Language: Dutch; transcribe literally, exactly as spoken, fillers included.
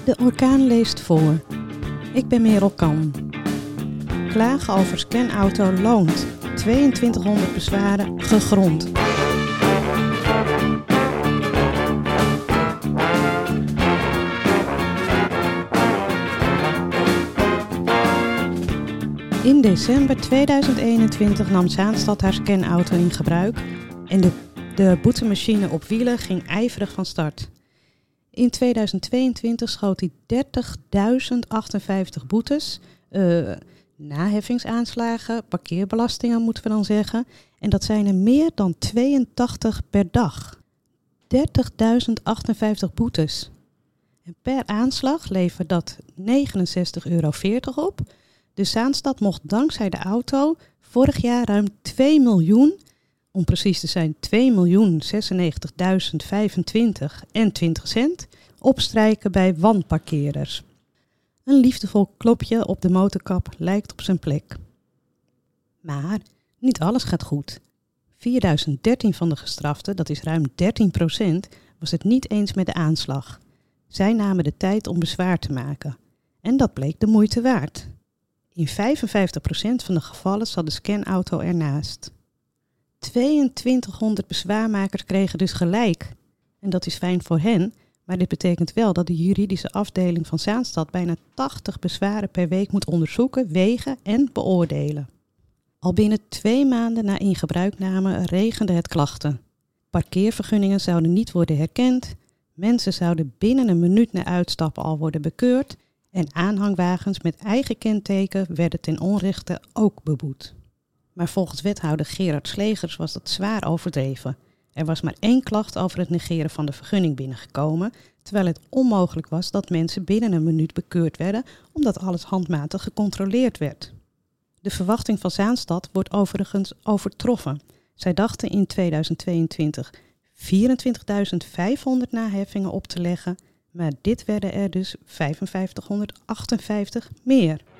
De orkaan leest voor. Ik ben Merel Kan. Klagen over scanauto loont. tweeëntwintighonderd bezwaren gegrond. In december tweeduizend eenentwintig nam Zaanstad haar scanauto in gebruik en de, de boetemachine op wielen ging ijverig van start. In tweeduizend tweeëntwintig schoot hij dertigduizend achtenvijftig boetes, uh, naheffingsaanslagen, parkeerbelastingen moeten we dan zeggen. En dat zijn er meer dan tweeëntachtig per dag. dertigduizend achtenvijftig boetes. En per aanslag levert dat negenenzestig euro veertig op. De Zaanstad mocht dankzij de auto vorig jaar ruim twee miljoen, om precies te zijn twee miljoen zesennegentigduizend vijfentwintig en twintig cent, opstrijken bij wanparkeerders. Een liefdevol klopje op de motorkap lijkt op zijn plek. Maar niet alles gaat goed. vierduizend dertien van de gestraften, dat is ruim dertien procent, was het niet eens met de aanslag. Zij namen de tijd om bezwaar te maken. En dat bleek de moeite waard. In vijfenvijftig procent van de gevallen zat de scanauto ernaast. tweeëntwintighonderd bezwaarmakers kregen dus gelijk. En dat is fijn voor hen, maar dit betekent wel dat de juridische afdeling van Zaanstad bijna tachtig bezwaren per week moet onderzoeken, wegen en beoordelen. Al binnen twee maanden na ingebruikname regende het klachten. Parkeervergunningen zouden niet worden herkend, mensen zouden binnen een minuut na uitstappen al worden bekeurd en aanhangwagens met eigen kenteken werden ten onrechte ook beboet. Maar volgens wethouder Gerard Slegers was dat zwaar overdreven. Er was maar één klacht over het negeren van de vergunning binnengekomen, terwijl het onmogelijk was dat mensen binnen een minuut bekeurd werden, omdat alles handmatig gecontroleerd werd. De verwachting van Zaanstad wordt overigens overtroffen. Zij dachten in tweeduizend tweeëntwintig vierentwintigduizend vijfhonderd naheffingen op te leggen, maar dit werden er dus vijfenvijftighonderdachteenvijftig meer.